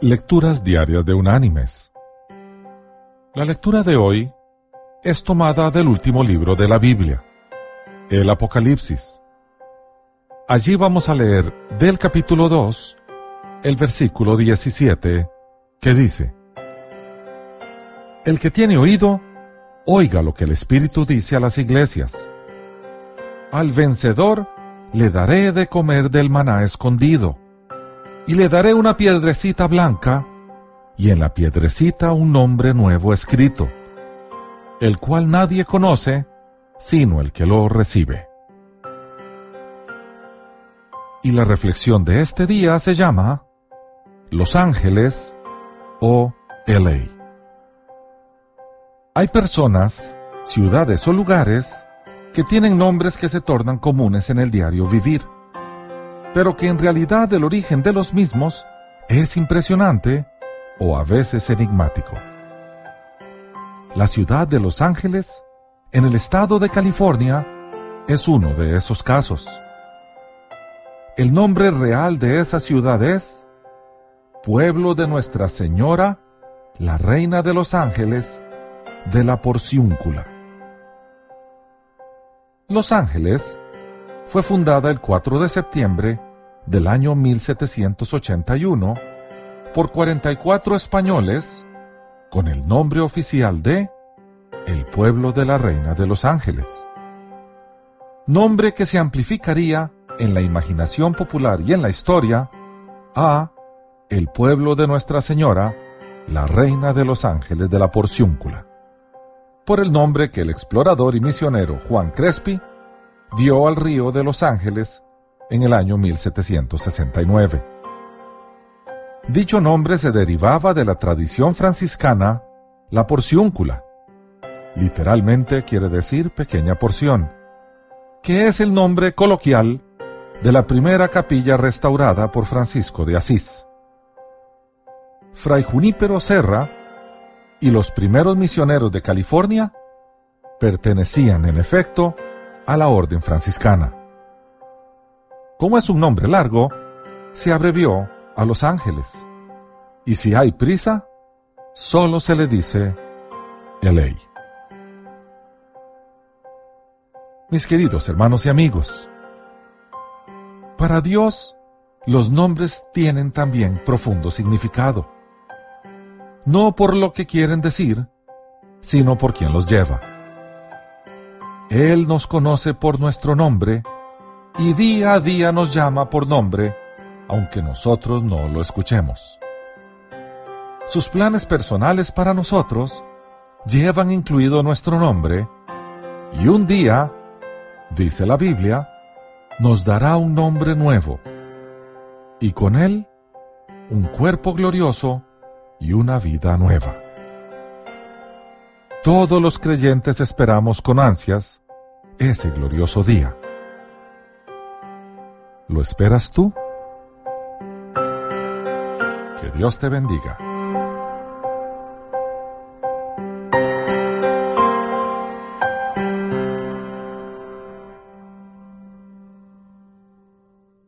Lecturas diarias de Unánimes. La lectura de hoy es tomada del último libro de la Biblia, el Apocalipsis. Allí vamos a leer del capítulo 2, el versículo 17, que dice: El que tiene oído, oiga lo que el Espíritu dice a las iglesias. Al vencedor le daré de comer del maná escondido, y le daré una piedrecita blanca, y en la piedrecita un nombre nuevo escrito, el cual nadie conoce, sino el que lo recibe. Y la reflexión de este día se llama Los Ángeles o LA. Hay personas, ciudades o lugares que tienen nombres que se tornan comunes en el diario vivir, pero que en realidad el origen de los mismos es impresionante o a veces enigmático. La ciudad de Los Ángeles, en el estado de California, es uno de esos casos. El nombre real de esa ciudad es Pueblo de Nuestra Señora, la Reina de los Ángeles, de la Porciúncula. Los Ángeles fue fundada el 4 de septiembre del año 1781 por 44 españoles con el nombre oficial de el Pueblo de la Reina de los Ángeles. Nombre que se amplificaría en la imaginación popular y en la historia a el Pueblo de Nuestra Señora, la Reina de los Ángeles de la Porciúncula, por el nombre que el explorador y misionero Juan Crespi dio al río de Los Ángeles en el año 1769. Dicho nombre se derivaba de la tradición franciscana, la porciúncula. Literalmente quiere decir pequeña porción, que es el nombre coloquial de la primera capilla restaurada por Francisco de Asís. Fray Junípero Serra y los primeros misioneros de California pertenecían, en efecto, a la orden franciscana. Como es un nombre largo, se abrevió a Los Ángeles, y si hay prisa, solo se le dice LA. Mis queridos hermanos y amigos, para Dios, los nombres tienen también profundo significado, no por lo que quieren decir, sino por quien los lleva. Él nos conoce por nuestro nombre y día a día nos llama por nombre, aunque nosotros no lo escuchemos. Sus planes personales para nosotros llevan incluido nuestro nombre, y un día, dice la Biblia, nos dará un nombre nuevo, y con él un cuerpo glorioso y una vida nueva. Todos los creyentes esperamos con ansias ese glorioso día. ¿Lo esperas tú? Que Dios te bendiga.